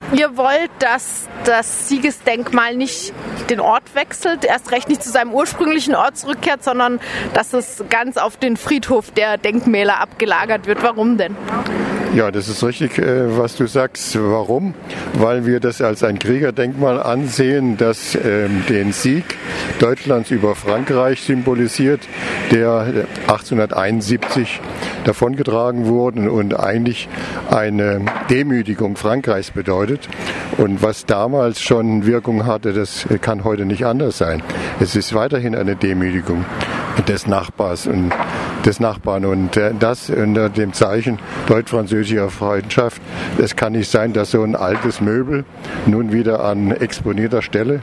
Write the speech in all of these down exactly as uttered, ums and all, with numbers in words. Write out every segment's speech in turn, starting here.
ihr wollt, dass das Siegesdenkmal nicht den Ort wechselt, erst recht nicht zu seinem ursprünglichen Ort zurückkehrt, sondern dass es ganz auf den Friedhof der Denkmäler abgelagert wird. Warum denn? Ja, das ist richtig, was du sagst. Warum? Weil wir das als ein Kriegerdenkmal ansehen, das ähm, den Sieg Deutschlands über Frankreich symbolisiert, der achtzehnhunderteinundsiebzig davongetragen wurde und eigentlich eine Demütigung Frankreichs bedeutet. Und was damals schon Wirkung hatte, das kann heute nicht anders sein. Es ist weiterhin eine Demütigung des Nachbars und des Nachbarn und das unter dem Zeichen deutsch-französischer Freundschaft. Es kann nicht sein, dass so ein altes Möbel nun wieder an exponierter Stelle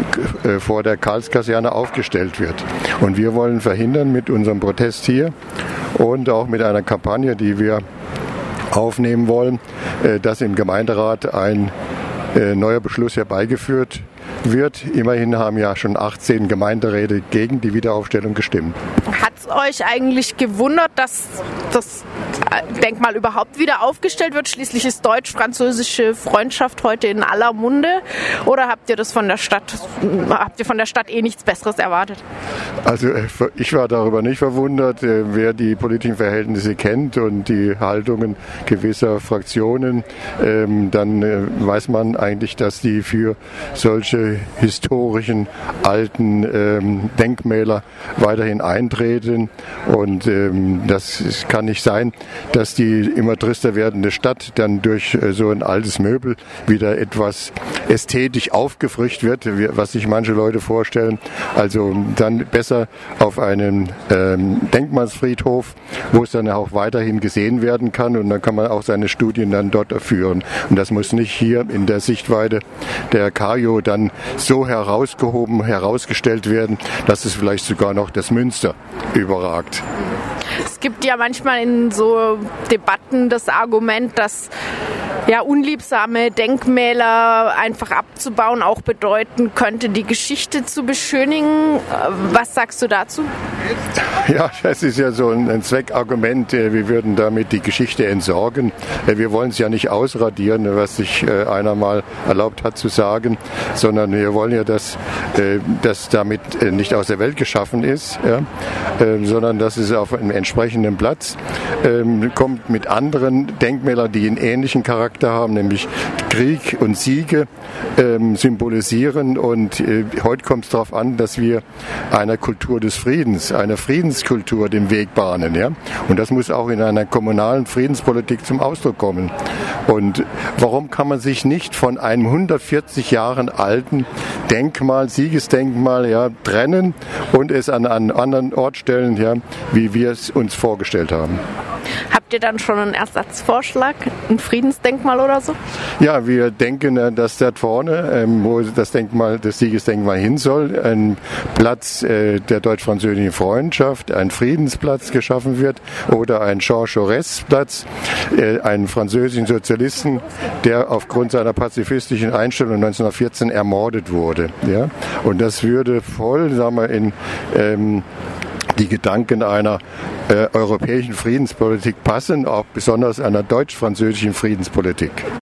vor der Karlskaserne aufgestellt wird. Und wir wollen verhindern mit unserem Protest hier und auch mit einer Kampagne, die wir aufnehmen wollen, dass im Gemeinderat ein neuer Beschluss herbeigeführt wird. Immerhin haben ja schon achtzehn Gemeinderäte gegen die Wiederaufstellung gestimmt. Hat es euch eigentlich gewundert, dass das Denkmal überhaupt wieder aufgestellt wird? Schließlich ist deutsch-französische Freundschaft heute in aller Munde. Oder habt ihr das von der Stadt, habt ihr von der Stadt eh nichts Besseres erwartet? Also ich war darüber nicht verwundert. Wer die politischen Verhältnisse kennt und die Haltungen gewisser Fraktionen, dann weiß man eigentlich, dass die für solche historischen alten ähm, Denkmäler weiterhin eintreten und ähm, das kann nicht sein, dass die immer trister werdende Stadt dann durch äh, so ein altes Möbel wieder etwas ästhetisch aufgefrischt wird, was sich manche Leute vorstellen. Also dann besser auf einen ähm, Denkmalsfriedhof, wo es dann auch weiterhin gesehen werden kann und dann kann man auch seine Studien dann dort führen. Und das muss nicht hier in der Sichtweite der Kajo dann so herausgehoben, herausgestellt werden, dass es vielleicht sogar noch das Münster überragt. Es gibt ja manchmal in so Debatten das Argument, dass ja, unliebsame Denkmäler einfach abzubauen auch bedeuten könnte, die Geschichte zu beschönigen. Was sagst du dazu? Ja, das ist ja so ein Zweckargument. Wir würden damit die Geschichte entsorgen. Wir wollen es ja nicht ausradieren, was sich einer mal erlaubt hat zu sagen, sondern wir wollen ja, dass das damit nicht aus der Welt geschaffen ist, ja, sondern dass es auf einem entsprechenden Platz kommt mit anderen Denkmälern, die einen ähnlichen Charakter haben, nämlich Krieg und Siege ähm, symbolisieren. Und äh, heute kommt es darauf an, dass wir einer Kultur des Friedens, einer Friedenskultur den Weg bahnen. Ja? Und das muss auch in einer kommunalen Friedenspolitik zum Ausdruck kommen. Und warum kann man sich nicht von einem hundertvierzig Jahre alten Denkmal, Siegesdenkmal, ja, trennen und es an einen anderen Ort stellen, ja, wie wir es uns vorgestellt haben? Habt ihr dann schon einen Ersatzvorschlag, ein Friedensdenkmal oder so? Ja, wir denken, dass dort vorne, wo das Denkmal, das Siegesdenkmal hin soll, ein Platz der deutsch-französischen Freundschaft, ein Friedensplatz geschaffen wird oder ein Jean-Jaurès-Platz, einen französischen Sozialisten, der aufgrund seiner pazifistischen Einstellung neunzehnhundertvierzehn ermordet wurde. Ja? Und das würde voll, sagen wir, in ähm, die Gedanken einer äh, europäischen Friedenspolitik passen, auch besonders einer deutsch-französischen Friedenspolitik.